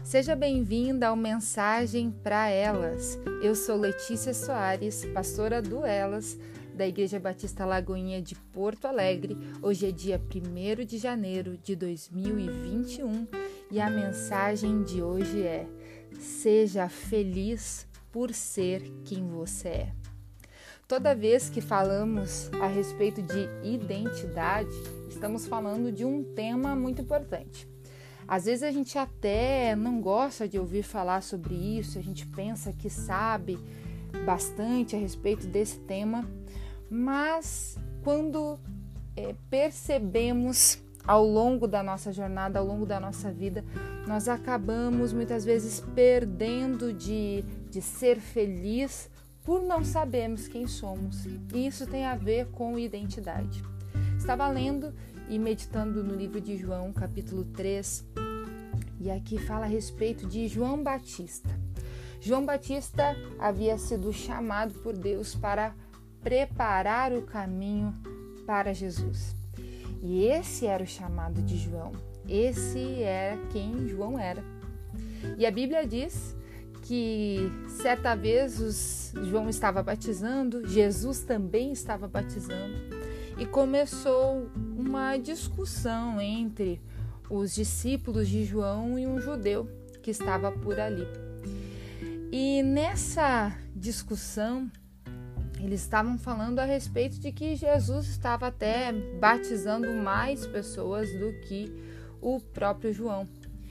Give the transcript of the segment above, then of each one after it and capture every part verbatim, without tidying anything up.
Seja bem-vinda ao Mensagem para Elas. Eu sou Letícia Soares, pastora do Elas, da Igreja Batista Lagoinha de Porto Alegre. Hoje é dia primeiro de janeiro de dois mil e vinte e um e a mensagem de hoje é: seja feliz por ser quem você é. Toda vez que falamos a respeito de identidade, estamos falando de um tema muito importante. Às vezes a gente até não gosta de ouvir falar sobre isso, a gente pensa que sabe bastante a respeito desse tema, mas quando é, percebemos ao longo da nossa jornada, ao longo da nossa vida, nós acabamos muitas vezes perdendo de, de ser feliz por não sabermos quem somos. E isso tem a ver com identidade. Estava lendo e meditando no livro de João, capítulo três, e aqui fala a respeito de João Batista. João Batista havia sido chamado por Deus para preparar o caminho para Jesus. E esse era o chamado de João. Esse era quem João era. E a Bíblia diz que certa vez os, João estava batizando, Jesus também estava batizando, e começou uma discussão entre os discípulos de João e um judeu que estava por ali. E nessa discussão, eles estavam falando a respeito de que Jesus estava até batizando mais pessoas do que o próprio João.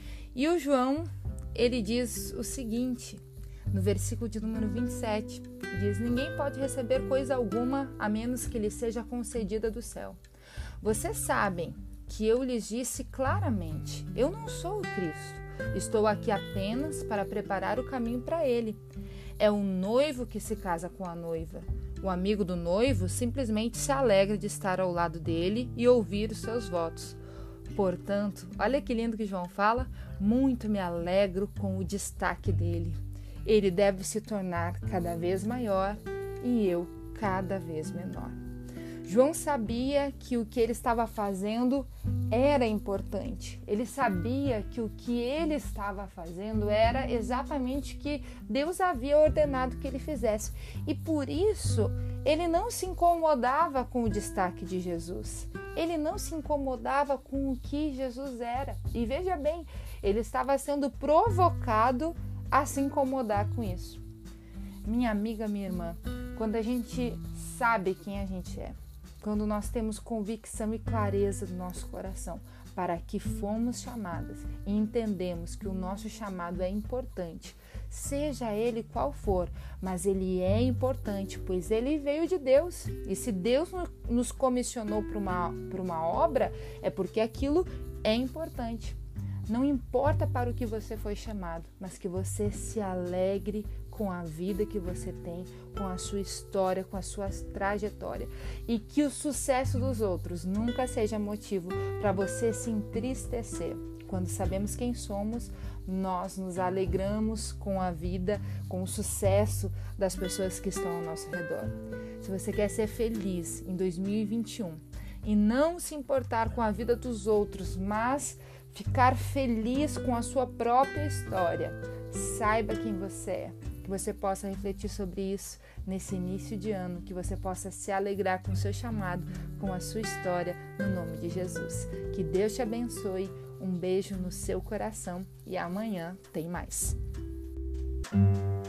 E o João, ele diz o seguinte, no versículo de número vinte e sete, diz: ninguém pode receber coisa alguma a menos que lhe seja concedida do céu. Vocês sabem que eu lhes disse claramente, eu não sou o Cristo, estou aqui apenas para preparar o caminho para ele. É o noivo que se casa com a noiva. O amigo do noivo simplesmente se alegra de estar ao lado dele e ouvir os seus votos. Portanto, olha que lindo que João fala, muito me alegro com o destaque dele. Ele deve se tornar cada vez maior e eu cada vez menor. João sabia que o que ele estava fazendo era importante. Ele sabia que o que ele estava fazendo era exatamente o que Deus havia ordenado que ele fizesse. E por isso, ele não se incomodava com o destaque de Jesus. Ele não se incomodava com o que Jesus era. E veja bem, ele estava sendo provocado a se incomodar com isso. Minha amiga, minha irmã, quando a gente sabe quem a gente é, quando nós temos convicção e clareza do nosso coração para que fomos chamadas e entendemos que o nosso chamado é importante, seja ele qual for, mas ele é importante, pois ele veio de Deus. E se Deus nos comissionou para uma, para uma obra, é porque aquilo é importante. Não importa para o que você foi chamado, mas que você se alegre com a vida que você tem, com a sua história, com a sua trajetória. E que o sucesso dos outros nunca seja motivo para você se entristecer. Quando sabemos quem somos, nós nos alegramos com a vida, com o sucesso das pessoas que estão ao nosso redor. Se você quer ser feliz em dois mil e vinte e um e não se importar com a vida dos outros, mas ficar feliz com a sua própria história, saiba quem você é. Que você possa refletir sobre isso nesse início de ano, que você possa se alegrar com o seu chamado, com a sua história, no nome de Jesus. Que Deus te abençoe, um beijo no seu coração e amanhã tem mais.